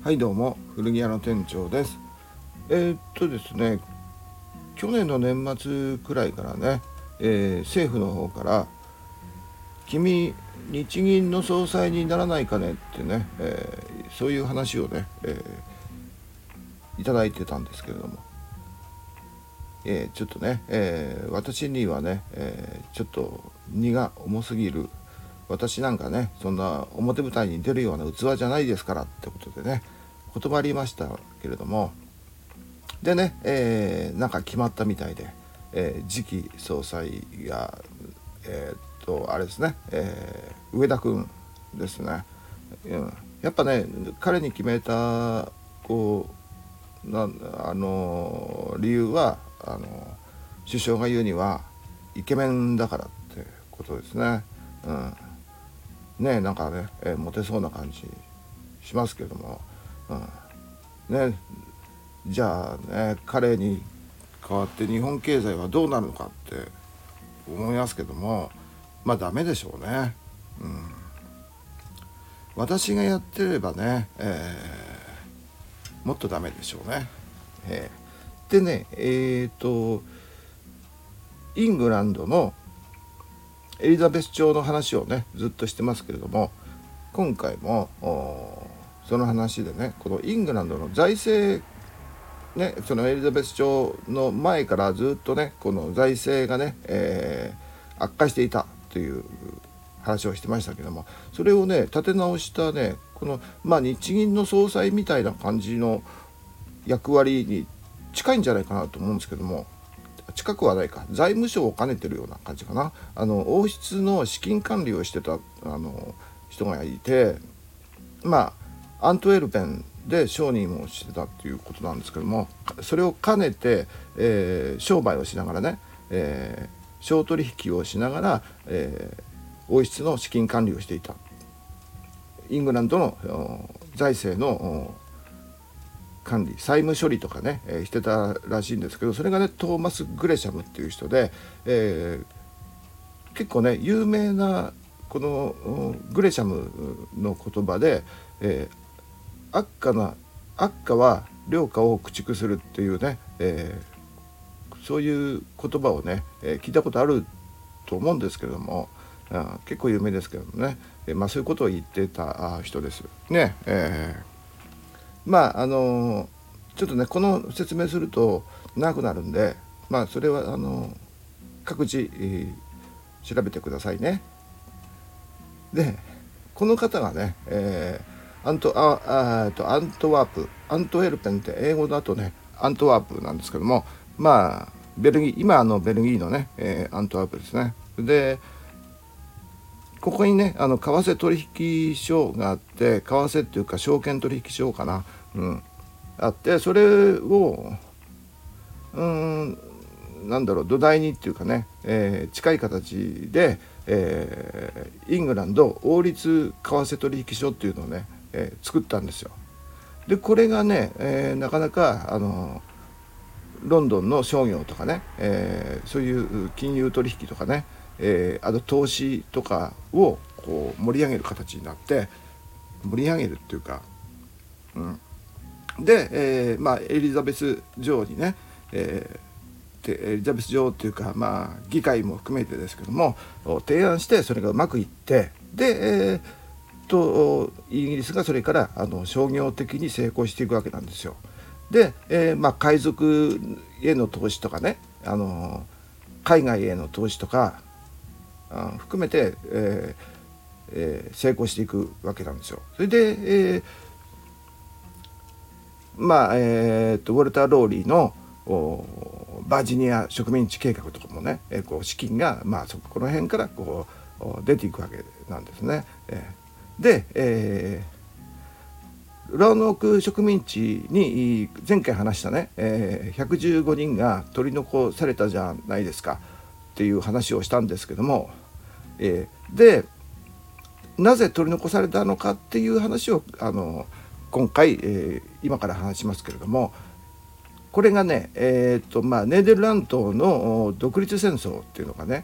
はいどうも、古着屋の店長です。ですね、去年の年末くらいからね、政府の方から君日銀の総裁にならないかねってね、そういう話をね、いただいてたんですけれども、ちょっとね、私にはね、ちょっと荷が重すぎる。私なんかね、そんな表舞台に出るような器じゃないですからってことでね、断りましたけれども、でね、なんか決まったみたいで、次期総裁があれですね、上田君ですね、やっぱね彼に決めたこう理由は首相が言うにはイケメンだからってことですね。ね、なんかね、モテそうな感じしますけども、ね、じゃあね彼に代わって日本経済はどうなるのかって思いますけども、まあダメでしょうね。私がやってればね、もっとダメでしょうね。でね、イングランドのエリザベス朝の話をねずっとしてますけれども、今回もその話でね、このイングランドの財政ね、そのエリザベス朝の前からずっとねこの財政がね、悪化していたという話をしてましたけども、それをね立て直したねこの、日銀の総裁みたいな感じの役割に近いんじゃないかなと思うんですけども、近くはないか、財務省を兼ねてるような感じかな。王室の資金管理をしてた人がいて、アントウェルペンで商人をしてたっていうことなんですけども、それを兼ねて、商売をしながらね、商取引をしながら、王室の資金管理をしていた。イングランドの財政の管理、債務処理とかね、してたらしいんですけど、それがねトーマス・グレシャムっていう人で、結構ね有名なこのグレシャムの言葉で、悪化は良化を駆逐するっていうね、そういう言葉をね、聞いたことあると思うんですけれども、結構有名ですけどもね、そういうことを言ってた人ですね。ちょっとねこの説明すると長くなるんで、それは各自、調べてくださいね。でこの方がね、アントワープンって英語だとねアントワープなんですけども、ベルギー、今ベルギーのね、アントワープですね。でここにね為替取引所があって、為替っていうか証券取引所かな、あって、それを土台にっていうかね、近い形で、イングランド王立為替取引所っていうのをね、作ったんですよ。でこれがね、なかなかロンドンの商業とかね、そういう金融取引とかね、あと投資とかをこう盛り上げる形になって、盛り上げるっていうか、で、エリザベス女王にね、エリザベス女王っていうか、議会も含めてですけども提案して、それがうまくいって、で、イギリスがそれから商業的に成功していくわけなんですよ。で、海賊への投資とかね、海外への投資とか含めて、成功していくわけなんですよ。それで、ウォルター・ローリーのバージニア植民地計画とかもね、こう資金が、この辺からこう出ていくわけなんですね。で、ローノーク植民地に前回話したね、115人が取り残されたじゃないですかっていう話をしたんですけども、でなぜ取り残されたのかっていう話を今回、今から話しますけれども、これがね、ネーデルラントの独立戦争っていうのが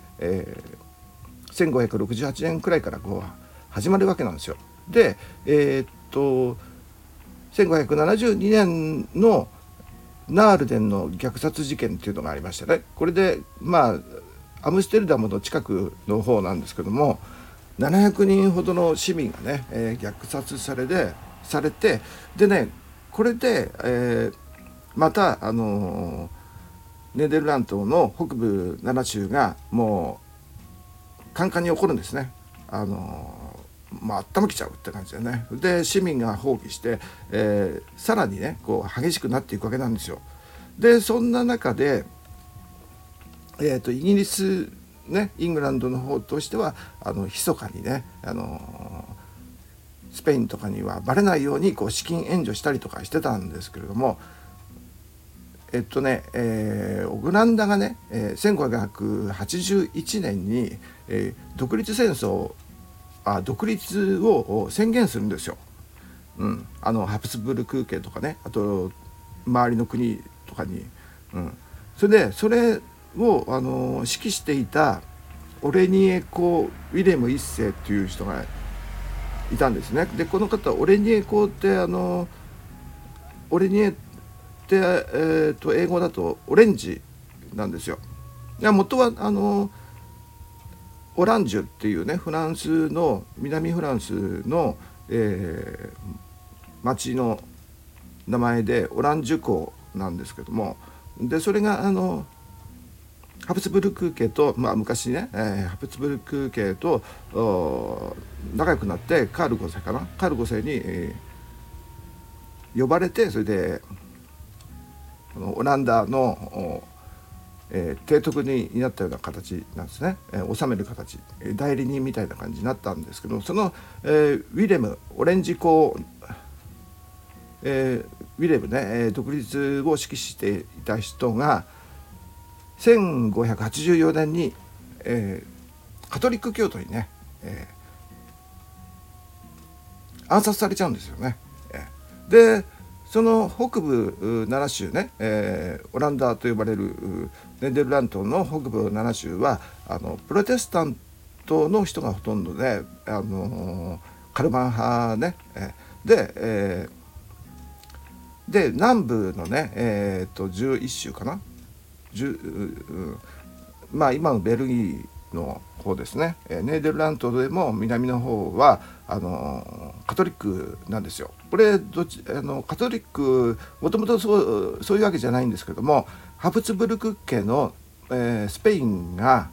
ね、1568年くらいからこう始まるわけなんですよ。で、 1572年のナールデンの虐殺事件っていうのがありましてね、これでアムステルダムの近くの方なんですけども、700人ほどの市民がね、虐殺されて、でね、これで、またネデルラントの北部7州がもうカンカンに起こるんですね。頭きちゃうって感じでね。で市民が放棄して、さらにねこう激しくなっていくわけなんですよ。でそんな中で、イギリスね、イングランドの方としては密かにね、スペインとかにはバレないようにこう資金援助したりとかしてたんですけれども、オランダがね、1581年に、独立を宣言するんですよ。ハプスブルク家とかね、あと周りの国とかに、それを指揮していたオレニエ公ウィレム一世っていう人がいたんですね。でこの方オレニエ公ってオレニエって、英語だとオレンジなんですよ。元はオランジュっていうね、フランスの南フランスの、町の名前でオランジュ公なんですけども、でそれがハプスブルク家と、昔ね、ハプスブルク家と仲良くなってカール5世に、呼ばれて、それでオランダの、提督になったような形なんですね。治める形、代理人みたいな感じになったんですけど、その、ウィレムオレンジ公、ウィレムね、独立を指揮していた人が1584年に、カトリック教徒にね、暗殺されちゃうんですよね。でその北部7州ね、オランダと呼ばれるネデルラントの北部7州はプロテスタントの人がほとんどで、カルバン派ね、で南部のね、11州かな、今のベルギーの方ですね、ネーデルラントでも南の方はカトリックなんですよ。これカトリックもともとそういうわけじゃないんですけども、ハプツブルク家の、スペインが、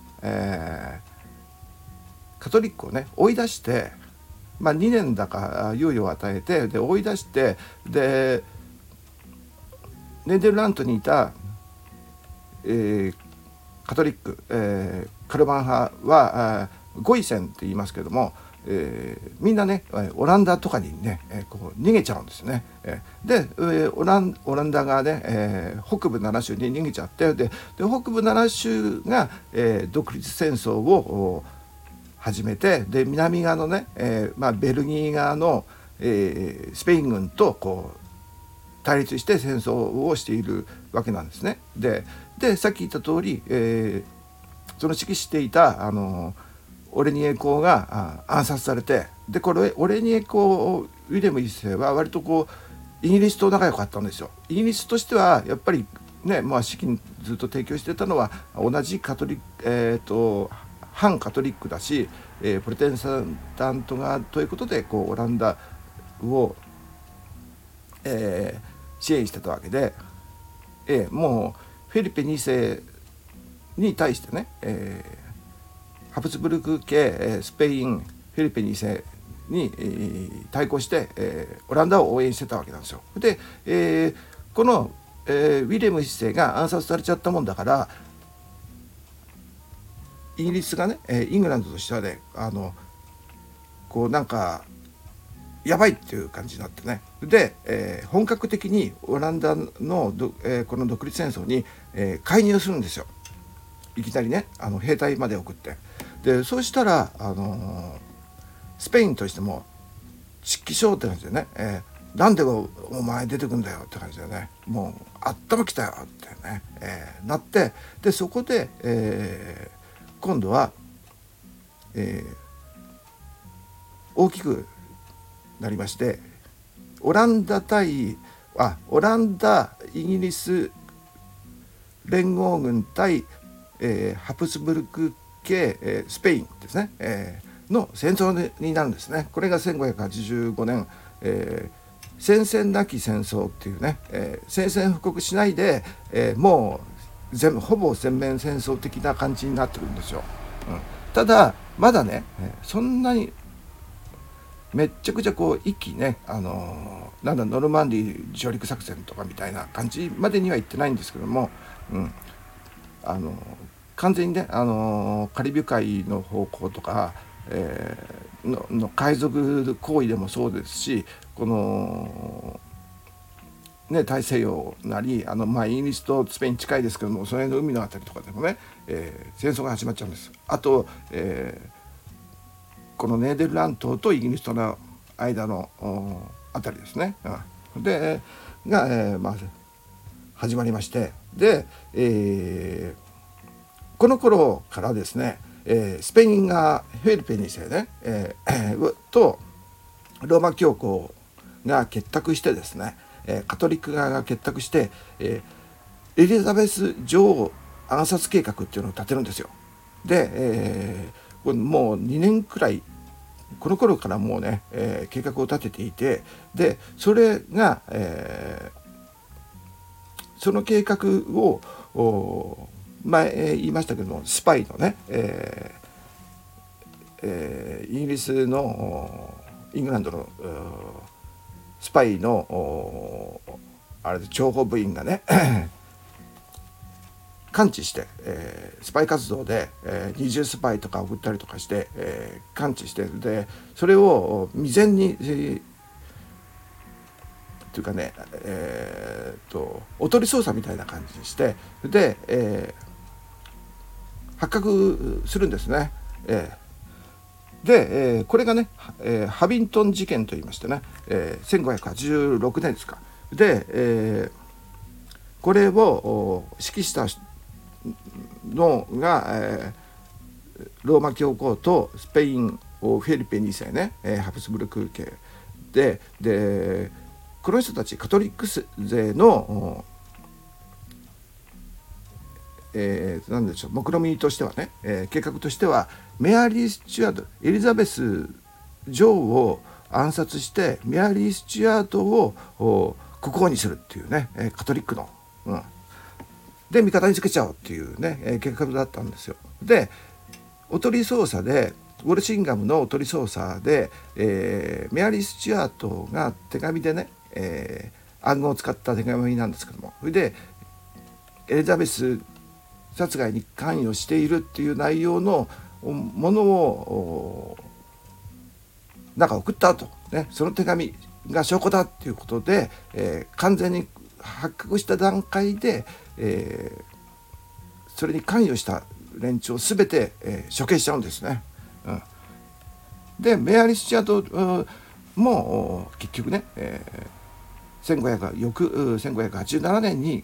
カトリックをね追い出して、2年だか猶予を与えて、で追い出して、でネーデルラントにいた、カトリック、カルバン派はゴイセンって言いますけども、みんなねオランダとかにね、こう逃げちゃうんですね。でオランダがね、北部7州に逃げちゃって、で北部7州が、独立戦争を始めて、で南側のね、ベルギー側の、スペイン軍とこう対立して戦争をしているわけなんですね。でさっき言った通り、その指揮していたオレニエ公が暗殺されて、でこれオレニエ公ウィレム一世は割とこうイギリスと仲良かったんですよ。イギリスとしてはやっぱりね、資金ずっと提供してたのは同じカトリック、反カトリックだし、プロテスタント側ということでこうオランダを、支援してたわけで、もうフェリペ2世に対してね、ハプスブルク系スペインフェリペ2世に、対抗して、オランダを応援してたわけなんですよ。で、この、ウィレム一世が暗殺されちゃったもんだから、イギリスがね、イングランドとしてはねこうなんかやばいっていう感じになってね、で、本格的にオランダのこの独立戦争に、介入するんですよ。いきなりね兵隊まで送って、でそうしたらスペインとしてもちっきしょうって感じでね、なんでお前出てくんだよって感じでね、もう頭きたよってね、なって、でそこで、今度は、大きくなりまして、 オランダイギリス連合軍対、ハプスブルク系、スペインですね、の戦争になるんですね。これが1585年、宣戦なき戦争っていうね、宣戦布告しないで、もうほぼ全面戦争的な感じになってくるんですよ。ただまだね、そんなにめっちゃくちゃこう一気にね、なんだノルマンディー上陸作戦とかみたいな感じまでには行ってないんですけども、完全にね、カリブ海の方向とか、の海賊行為でもそうですし、このね、大西洋なりイギリスとスペイン近いですけども、その辺の海のあたりとかでもね、戦争が始まっちゃうんです。あと、このネーデルラントとイギリスとの間のあたりですね、でが、始まりまして、で、この頃からですね、スペインがフェルペ2世ね、とローマ教皇が結託してですね、カトリック側が結託して、エリザベス女王暗殺計画っていうのを立てるんですよ。で、これもう2年くらいこの頃からもうね、計画を立てていて、でそれが、その計画を前言いましたけども、スパイのね、イギリスのイングランドのスパイのあれで諜報部員がね感知して、スパイ活動で、二重スパイとか送ったりとかして、感知して、でそれを未然に、というかね、おとり捜査みたいな感じにして、で、発覚するんですね。で、これがね、ハビントン事件といいましてね、1586年ですか。で、これを指揮したのが、ローマ教皇とスペインフェリペ2世ね、ハプスブルク系でこの人たちカトリック勢のなんでしょう、目論見としてはね、計画としてはメアリー・スチュアート、エリザベス女王を暗殺してメアリー・スチュアートを国王にするっていうね、カトリックの、で味方につけちゃおうっていうね、計画だったんですよ。でおとり捜査でウォルシンガムのおとり捜査で、メアリー・スチュアートが手紙でね、暗号を使った手紙なんですけども、それでエリザベス殺害に関与しているっていう内容のものをなんか送った後、ね、その手紙が証拠だっていうことで、完全に発覚した段階で、それに関与した連中を全て、処刑しちゃうんですね。でメアリー・スチュアートも結局ね、1587年に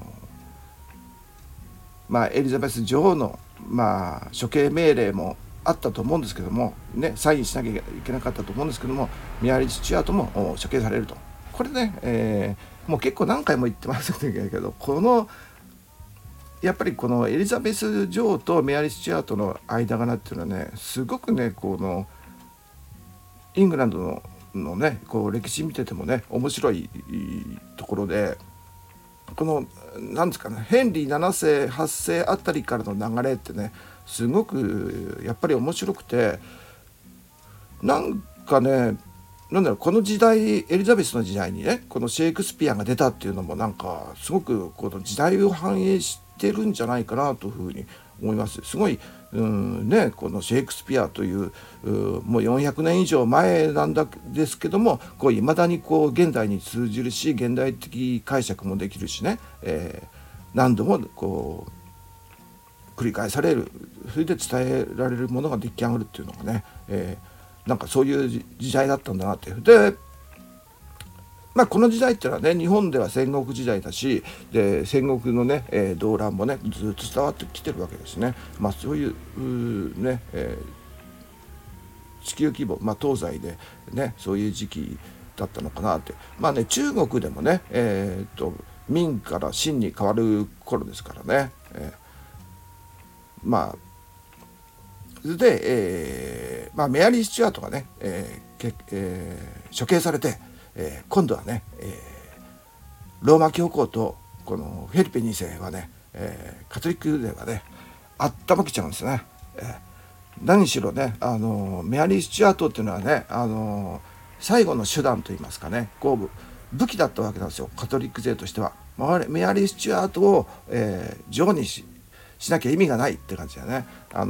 エリザベス女王の、処刑命令もあったと思うんですけども、ね、サインしなきゃいけなかったと思うんですけども、メアリー・スチュアートも処刑されると。これね、もう結構何回も言ってますけど、やっぱりこのエリザベス女王とメアリー・スチュアートの間柄っていうのはね、すごくね、このイングランドのね、こう歴史見ててもね、面白いところで、このなんですかね、ヘンリー7世8世あたりからの流れってね、すごくやっぱり面白くて、なんかね、なんだろう、この時代、エリザベスの時代にね、このシェイクスピアが出たっていうのもなんかすごくこの時代を反映してるんじゃないかなというふうに思います。すごいね、このシェイクスピアというもう400年以上前なんですけども、いまだにこう現代に通じるし、現代的解釈もできるしね、何度もこう繰り返される、それで伝えられるものが出来上がるっていうのがね、なんかそういう時代だったんだなって。でこの時代っていうのはね、日本では戦国時代だし、で戦国のね、動乱もねずっと伝わってきてるわけですね。そういう地球規模、東西でねそういう時期だったのかなって。まあね、中国でもね、明から清に変わる頃ですからね、まあで、メアリー・スチュアートがね、処刑されて、今度はね、ローマ教皇とこのフェリペ2世はね、カトリックではね頭きちゃうんですね。何しろね、メアリー・スチュアートっていうのはね、最後の手段といいますかね、こう武器だったわけなんですよ、カトリック勢としては。メアリー・スチュアートを、女王にしなきゃ意味がないって感じだね。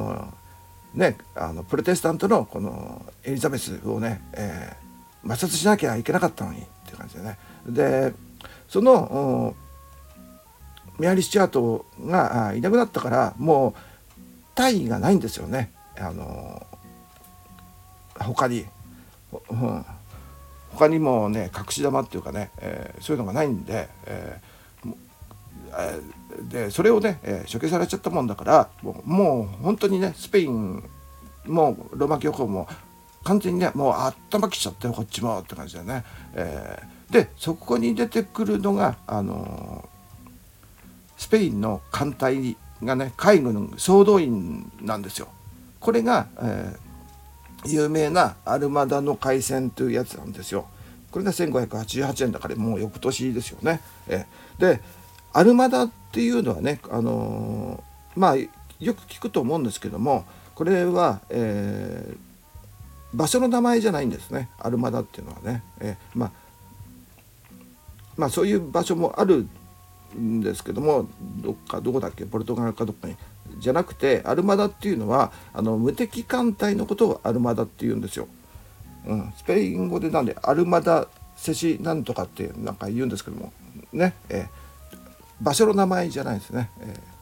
プロテスタントのこのエリザベスをね、抹殺しなきゃいけなかったのにって感じでね。でそのメアリー・スチュアートがいなくなったから、もう大義がないんですよね。他にもね隠し玉っていうかね、そういうのがないんで、でそれをね、処刑されちゃったもんだから、もう本当にね、スペインもローマ教皇も完全にね、もう頭きちゃってこっちもって感じだよね。でそこに出てくるのがスペインの艦隊がね、海軍総動員なんですよ。これが、有名なアルマダの海戦というやつなんですよ。これが1588年だからもう翌年ですよね。でアルマダっていうのはね、よく聞くと思うんですけども、これは、場所の名前じゃないんですね、アルマダっていうのはね。そういう場所もあるんですけども、どこだっけ、ポルトガルかどっかにじゃなくて、アルマダっていうのは無敵艦隊のことをアルマダっていうんですよ。スペイン語でなんでアルマダセシなんとかってなんか言うんですけどもね、場所の名前じゃないですね。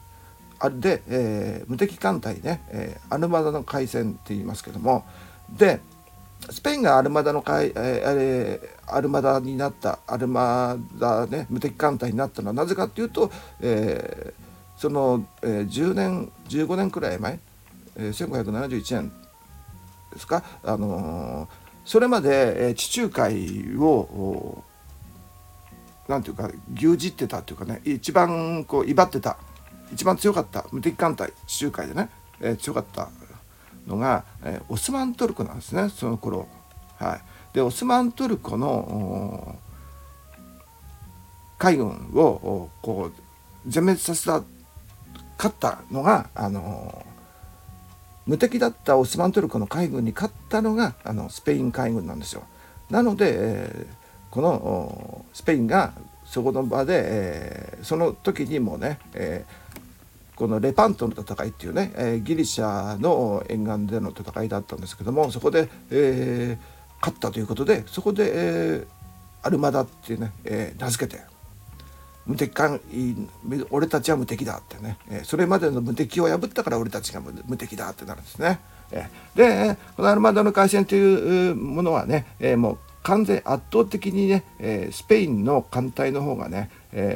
無敵艦隊ね、アルマダの海戦って言いますけども、でスペインがアルマダになった、無敵艦隊になったのはなぜかっていうと、その、10年15年くらい前、1571年ですか、それまで、地中海をなんていうか牛耳ってたっていうかね、一番こう威張ってた、一番強かった無敵艦隊、地中海でね、強かったのが、オスマントルコなんですね、その頃。でオスマントルコの海軍をこう全滅させた、勝ったのが無敵だったオスマントルコの海軍に勝ったのがスペイン海軍なんですよ。なので、このスペインがそこの場で、その時にもね、このレパントの戦いっていうね、ギリシャの沿岸での戦いだったんですけども、そこで、勝ったということで、そこで、アルマダっていうね、名付けて、無敵艦、俺たちは無敵だってね、それまでの無敵を破ったから俺たちが無敵だってなるんですね。でこのアルマダの海戦というものはね、もう完全圧倒的にね、スペインの艦隊の方がね、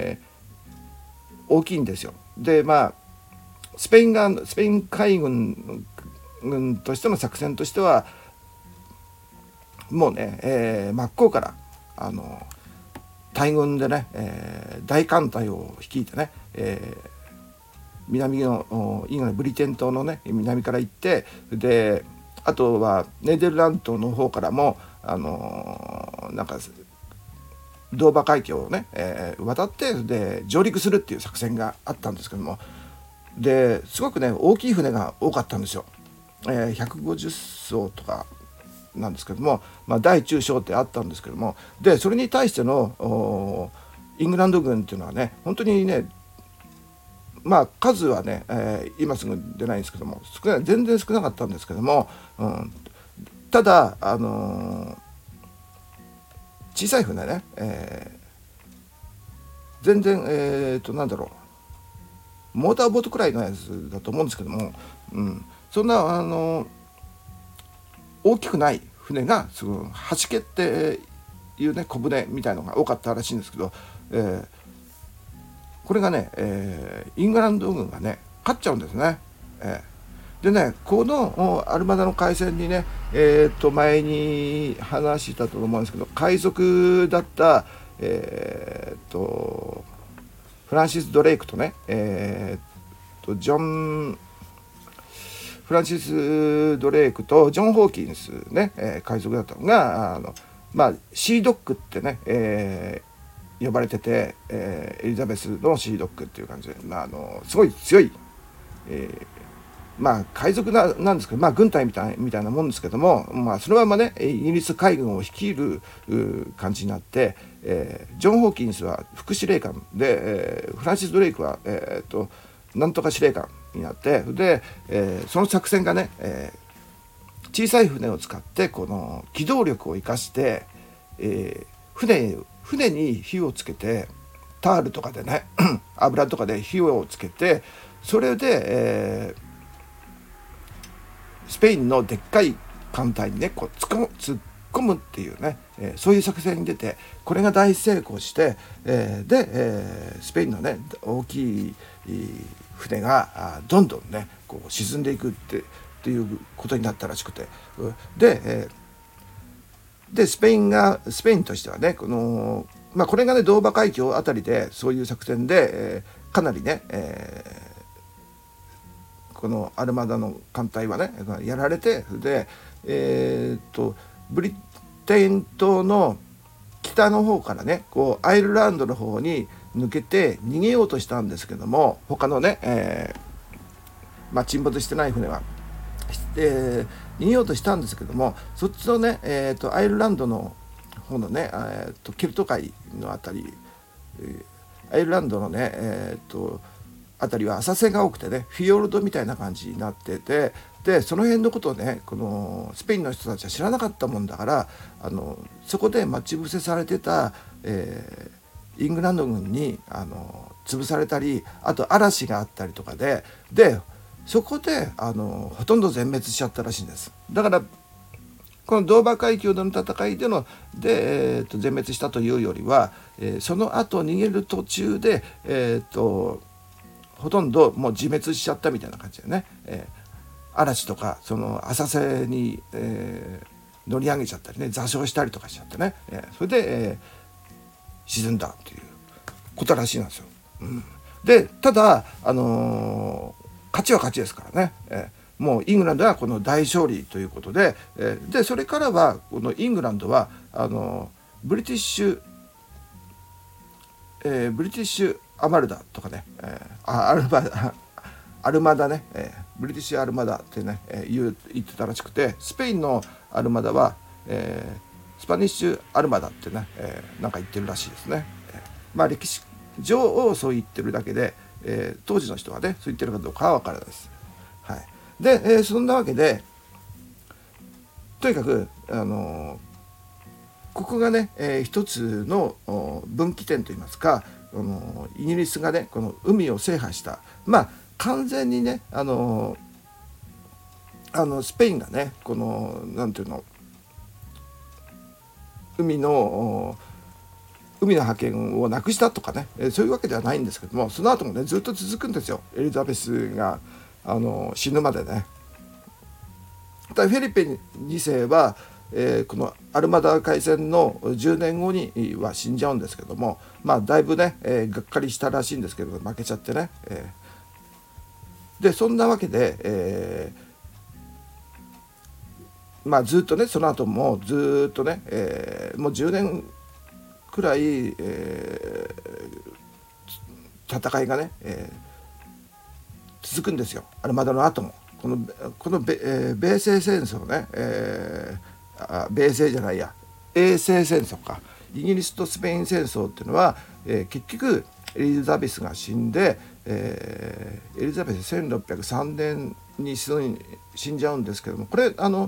大きいんですよ。でスペイン海軍としての作戦としてはもうね、真っ向から大軍でね、大艦隊を率いてね、南のイングランドブリテン島のね南から行って、であとはネーデルラントの方からもなんかドーバー海峡をね、渡ってで上陸するっていう作戦があったんですけども、ですごくね大きい船が多かったんですよ。150艘とかなんですけども、大中小ってあったんですけども、でそれに対してのイングランド軍っていうのはね、本当にね、数はね、今すぐ出ないんですけども、全然少なかったんですけども、ただ小さい船ね、全然モーターボートくらいのやつだと思うんですけども、そんな大きくない船がすごい橋家っていうね小舟みたいのが多かったらしいんですけど、これがね、イングランド軍がね勝っちゃうんですね。 でね、このアルマダの海戦にね、前に話したと思うんですけど、海賊だった、フランシス・ドレイクとね、フランシス・ドレイクとジョン・ホーキンスね、海賊だったのがシードックってね、呼ばれてて、エリザベスのシードックっていう感じで、すごい強い、海賊なんですけど、軍隊みたいなもんですけども、そのままねイギリス海軍を率いる感じになって、ジョン・ホーキンスは副司令官で、フランシス・ドレイクは、なんとか司令官になって、で、その作戦がね、小さい船を使ってこの機動力を生かして、船に火をつけて、タールとかでね油とかで火をつけて、それで、スペインのでっかい艦隊にねこう突っ込むっていうね、そういう作戦に出て、これが大成功して、スペインのね大きい船がどんどんねこう沈んでいくっていうことになったらしくて、でスペインとしてはねこれがねドーバ海峡あたりでそういう作戦で、かなりね、このアルマダの艦隊はねやられて、で、ブリテン島の北の方からねこうアイルランドの方に抜けて逃げようとしたんですけども、他のね、沈没してない船は、逃げようとしたんですけども、そっちのね、アイルランドの方のね、ケルト海のあたり、アイルランドのね、あたりは浅瀬が多くてねフィヨルドみたいな感じになってて、でその辺のことをねこのスペインの人たちは知らなかったもんだから、そこで待ち伏せされてた、イングランド軍に潰されたり、あと嵐があったりとかでそこでほとんど全滅しちゃったらしいんです。だからこのドーバー海峡での戦いで全滅したというよりは、その後逃げる途中でほとんどもう自滅しちゃったみたいな感じでね、嵐とかその浅瀬に、乗り上げちゃったりね座礁したりとかしちゃってね、それで、沈んだっていうことらしいんですよ。でただ、勝ちは勝ちですからね、もうイングランドはこの大勝利ということで、でそれからはこのイングランドはブリティッシュアマルダとかね、アルマダね、ブリティッシュアルマダってね、言ってたらしくて、スペインのアルマダは、スパニッシュアルマダってね、なんか言ってるらしいですね。歴史上そう言ってるだけで、当時の人はねそう言ってるかどうかは分からないです。はい、で、そんなわけでとにかくここがね、一つの分岐点といいますか、イギリスがねこの海を制覇した、完全にねスペインがねこのなんていうの海の覇権をなくしたとかね、そういうわけではないんですけども、その後もねずっと続くんですよ、エリザベスが死ぬまでね。フェリペ2世は、このアルマダ海戦の10年後には死んじゃうんですけども、だいぶね、がっかりしたらしいんですけど負けちゃってね、でそんなわけで、ずっとねその後もずっとね、もう10年くらい、戦いがね、続くんですよ、アルマダの後も。この米西戦争ね、米西じゃないや英西戦争か、イギリスとスペイン戦争っていうのは、結局エリザベスが死んで、エリザベス1603年に死んじゃうんですけども、これ覚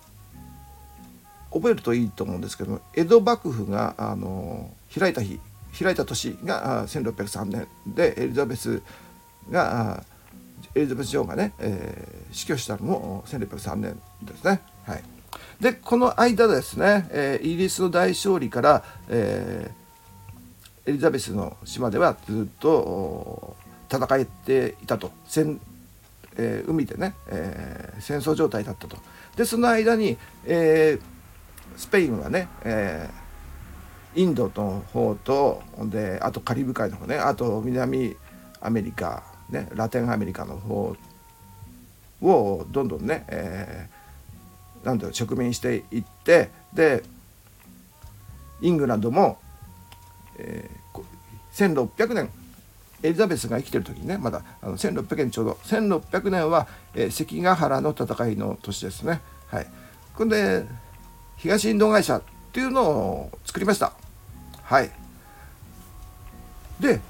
えるといいと思うんですけども、江戸幕府が開いた年が1603年で、エリザベス女王がね、死去したのも1603年ですね。はい、でこの間ですね、イギリスの大勝利から、エリザベスの島ではずっと戦っていたと、 海でね、戦争状態だったと。でその間に、スペインはね、インドの方とであとカリブ海の方ね、あと南アメリカ、ね、ラテンアメリカの方をどんどんね、なんだろう植民していって、でイングランドも、1600年エリザベスが生きてる時にね、まだ1600年ちょうど1600年は、関ヶ原の戦いの年ですね。はい、これで東インド会社っていうのを作りました。はい、で、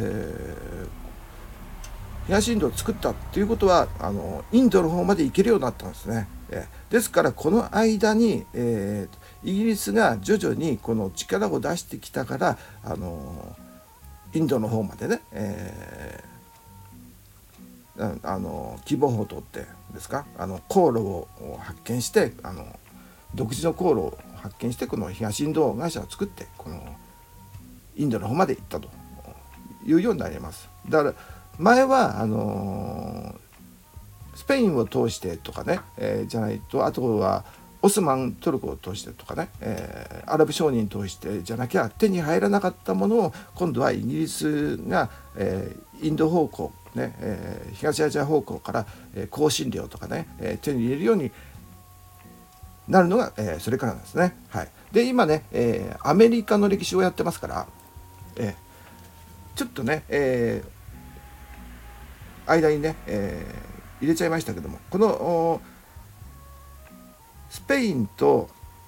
東インドを作ったっていうことはインドの方まで行けるようになったんですね。ですからこの間に、イギリスが徐々にこの力を出してきたからインドの方までね、希望法とってですか航路を発見して独自の航路を発見してこの東インド会社を作ってこのインドの方まで行ったというようになります。だから前はスペインを通してとかね、じゃないとあとはオスマントルコを通してとかね、アラブ商人通してじゃなきゃ手に入らなかったものを今度はイギリスが、インド方向、ね東アジア方向から、香辛料とかね、手に入れるようになるのが、それからなんですね。はい、で今ね、アメリカの歴史をやってますから、ちょっとね、間にね、入れちゃいましたけども、このスペインと、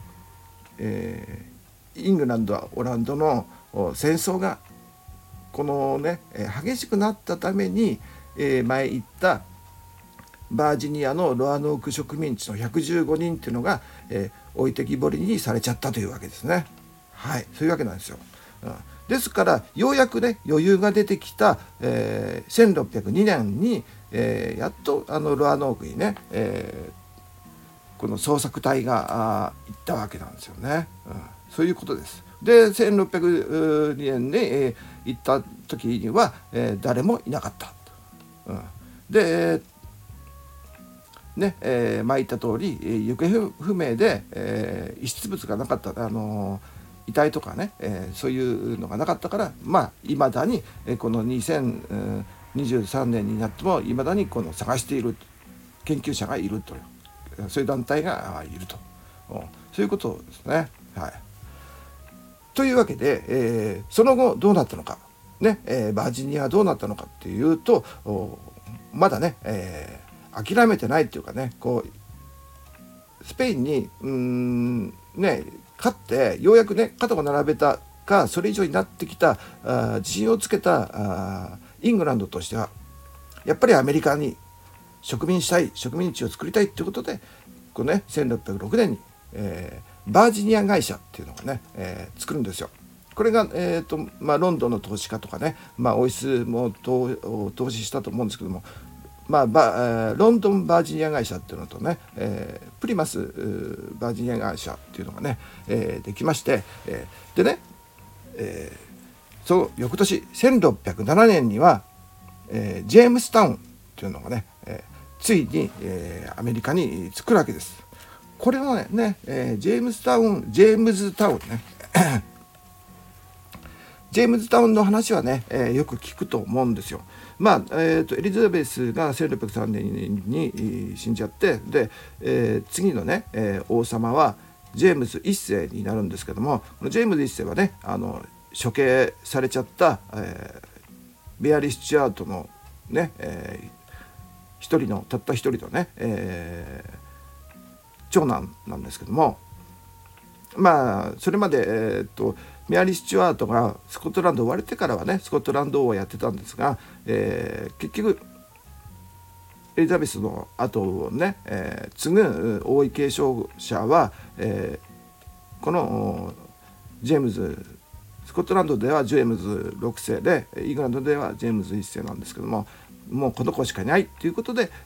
イングランドオランドの戦争がこのね激しくなったために、前言ったバージニアのロアノーク植民地の115人っていうのが、置いてきぼりにされちゃったというわけですね。はい、そういうわけなんですよ。ですからようやくね余裕が出てきた、1602年に、やっとロアノークにね、この捜索隊が行ったわけなんですよね。そういうことです。で1602年に、行った時には、誰もいなかった。でね前言った通り行方不明で、遺失物がなかった遺体とかね、そういうのがなかったからいまだに、この2023年になってもいまだにこの探している研究者がいるというそういう団体がいるとそういうことですね。はい、というわけで、その後どうなったのか、ねバージニアはどうなったのかっていうとまだね、諦めてないっていうかねこうスペインにね勝ってようやくね肩を並べたかそれ以上になってきた自信をつけたイングランドとしてはやっぱりアメリカに植民地を作りたいっていうことでこのね1606年に、バージニア会社っていうのがね、作るんですよ。これが、ロンドンの投資家とかね、オイスも投資したと思うんですけども、ロンドンバージニア会社っていうのとね、プリマスバージニア会社っていうのがね、できまして、でね、その翌年1607年には、ジェームスタウンっていうのがね、ついに、アメリカに作るわけです。これはね、ジェームズタウンねジェームズタウンの話はね、よく聞くと思うんですよ。エリザベスが1603年に死んじゃってで、次のね、王様はジェームズ1世になるんですけどもこのジェームズ1世はね処刑されちゃった、メアリー・スチュアートのね、たった一人のね、長男なんですけどもそれまで、メアリー・スチュワートがスコットランドを追われてからはねスコットランド王をやってたんですが、結局エリザベスの後をね、継ぐ王位継承者は、このジェームズスコットランドではジェームズ6世でイングランドではジェームズ1世なんですけどももうこの子しかいないということで、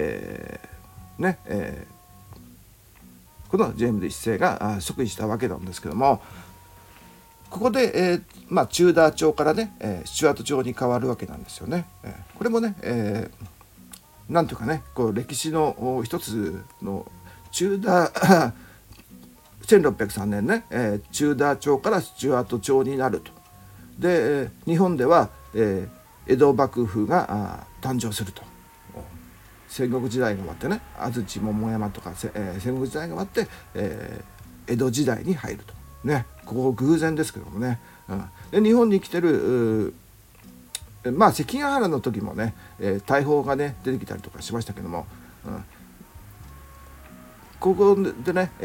このジェームズ1世が即位したわけなんですけどもここで、チューダー朝からね、スチュワート朝に変わるわけなんですよね。これもね、 なんとかねこう歴史の一つのチューダー1603年ね、チューダー朝からスチュアート朝になると。で日本では、江戸幕府が誕生すると。戦国時代が終わってね安土桃山とか、戦国時代が終わって、江戸時代に入るとね。ここ偶然ですけどもね、で日本に来てるまあ関ヶ原の時もね、大砲がね出てきたりとかしましたけども、ここでね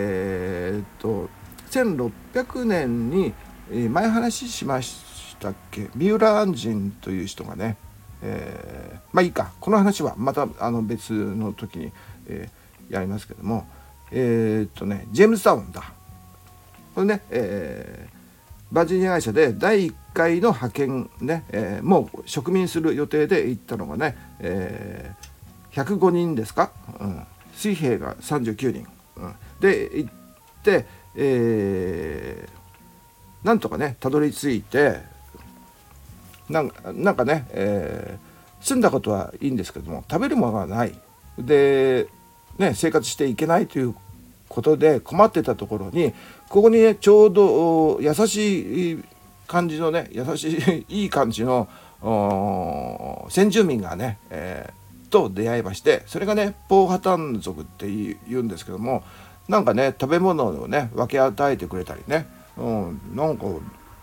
1600年に前話しましたっけ、三浦按針という人がね、まあいいか、この話はまた別の時に、やりますけども、ジェームズタウンだこれね、バージニア会社で第1回の派遣ね、もう植民する予定で行ったのがね、105人ですか、水兵が39人、で行って、なんとかねたどり着いてなんかね、住んだことはいいんですけども食べるものがないで、ね、生活していけないということで困ってたところにここにねちょうど優しい感じのねいい感じの先住民がね、と出会いまして、それがねポーハタン族って言うんですけども、なんかね食べ物をね分け与えてくれたりね、なんか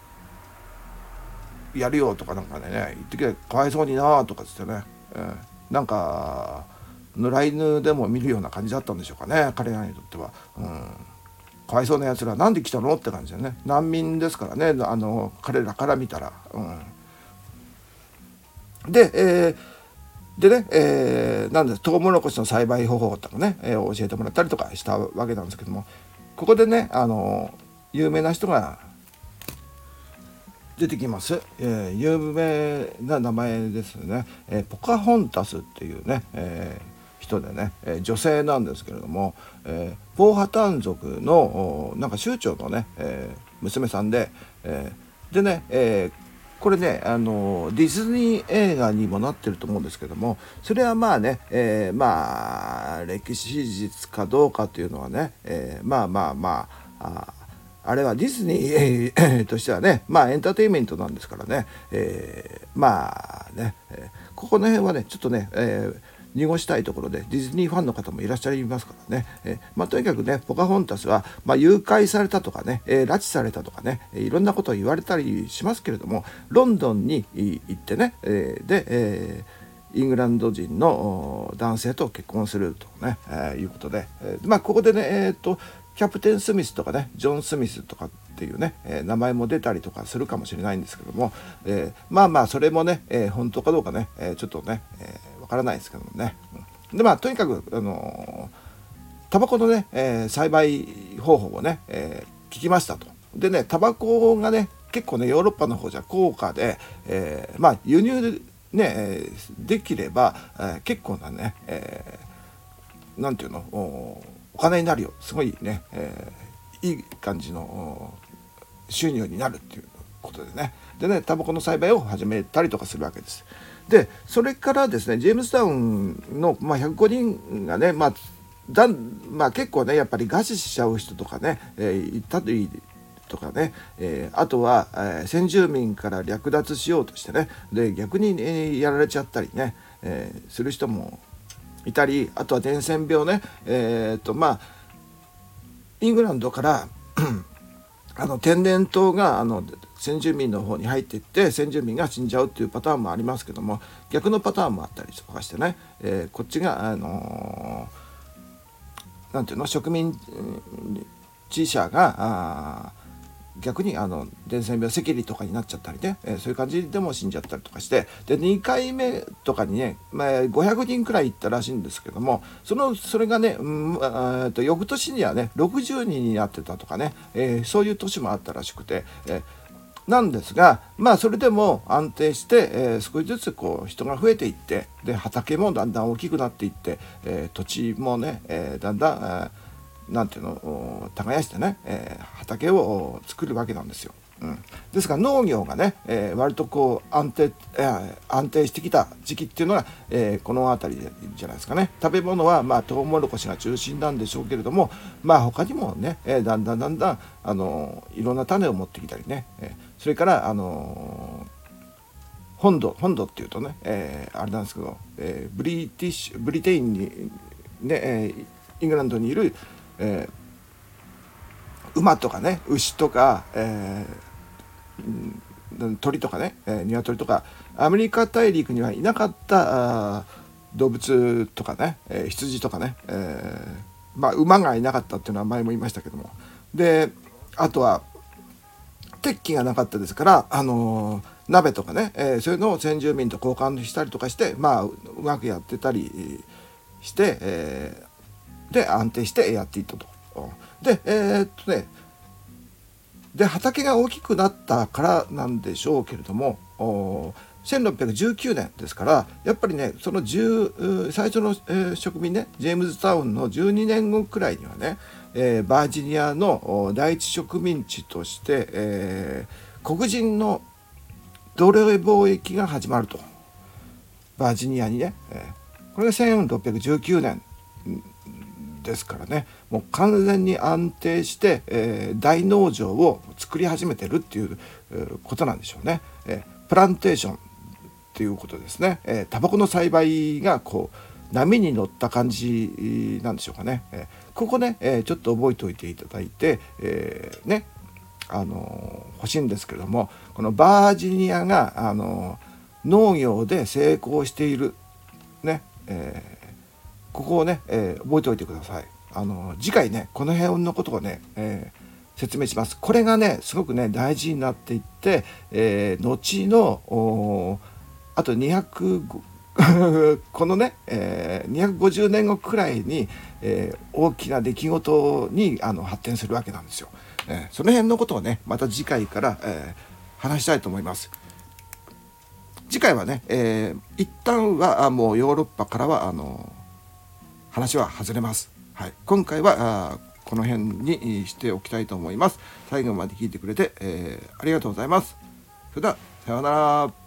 やるよとかなんかね言ってきてかわいそうになとかつってね、なんか野良犬でも見るような感じだったんでしょうかね、彼らにとっては。かわいそうなやつらなんで来たのって感じでね、難民ですからね彼らから見たら。でね、なんでトウモロコシの栽培方法とかね、教えてもらったりとかしたわけなんですけども、ここでね有名な人が出てきます、有名な名前ですね、ポカホンタスっていうね、人でね、女性なんですけれども、ポーハタン族のなんか酋長のね、娘さんで、でね、これねディズニー映画にもなってると思うんですけども、それはまあね、まあ歴史事実かどうかというのはね、あれはディズニーとしてはね、まあエンターテインメントなんですからね、まあね、ここの辺はねちょっとね、濁したいところでディズニーファンの方もいらっしゃいますからね、とにかくねポカホンタスは、誘拐されたとかね、拉致されたとかね、いろんなことを言われたりしますけれども、ロンドンに行ってね、で、イングランド人の男性と結婚するとね、いうことで、ここでねキャプテン・スミスとかねジョン・スミスとかっていうね、名前も出たりとかするかもしれないんですけども、それもね、本当かどうかね、ちょっとね、わからないですけどもね、でとにかくタバコのね、栽培方法をね、聞きましたと。でねタバコがね結構ねヨーロッパの方じゃ高価で、輸入ね、できれば、結構なね、なんていうのお金になるよ、すごいね、いい感じの収入になるっていうことでね、タバコの栽培を始めたりとかするわけです。でそれからですねジェームズタウンの、105人がね、結構ねやっぱり餓死しちゃう人とかね、いたとかね、あとは、先住民から略奪しようとしてねで逆に、やられちゃったりね、する人もいたり、あとは伝染病ね、イングランドから天然痘が先住民の方に入っていって先住民が死んじゃうっていうパターンもありますけども、逆のパターンもあったりとかしてね、こっちがなんていうの植民地者が逆に伝染病赤痢とかになっちゃったりね、そういう感じでも死んじゃったりとかして、で2回目とかにね、500人くらい行ったらしいんですけども、それがね、翌年にはね60人になってたとかね、そういう年もあったらしくて、なんですがそれでも安定して、少しずつこう人が増えていって、で畑もだんだん大きくなっていって、土地もね、だんだんなんていうの耕してね、畑を作るわけなんですよ。ですから農業がね、割とこう安定してきた時期っていうのが、この辺りじゃないですかね。食べ物はトウモロコシが中心なんでしょうけれども、他にもね、だんだんいろんな種を持ってきたりね、それから本土っていうとね、あれなんですけど、ブリテインにね、イングランドにいる、馬とかね牛とか、鳥とかね、鶏とかアメリカ大陸にはいなかった動物とかね、羊とかね、馬がいなかったっていうのは前も言いましたけども、であとは鉄器がなかったですから、鍋とかね、そういうのを先住民と交換したりとかして、うまくやってたりして、で安定してやっていったと。で畑が大きくなったからなんでしょうけれども、1619年ですからやっぱりねその最初の、植民ねジェームズタウンの12年後くらいにはね、バージニアの第一植民地として、黒人の奴隷貿易が始まると。バージニアにね、これが1619年ですからね、もう完全に安定して、大農場を作り始めてるっていうことなんでしょうね。プランテーションっていうことですね。タバコの栽培がこう波に乗った感じなんでしょうかね。ここね、ちょっと覚えておいていただいて、ね欲しいんですけれども、このバージニアが農業で成功しているね、ここをね、覚えておいてください。次回ねこの辺のことをね、説明します。これがねすごくね大事になっていって、後のあと200このね、250年後くらいに、大きな出来事に発展するわけなんですよ。その辺のことをねまた次回から、話したいと思います。次回はね、一旦はもうヨーロッパからは話は外れます。はい、今回はこの辺にしておきたいと思います。最後まで聞いてくれて、ありがとうございます。それではさようなら。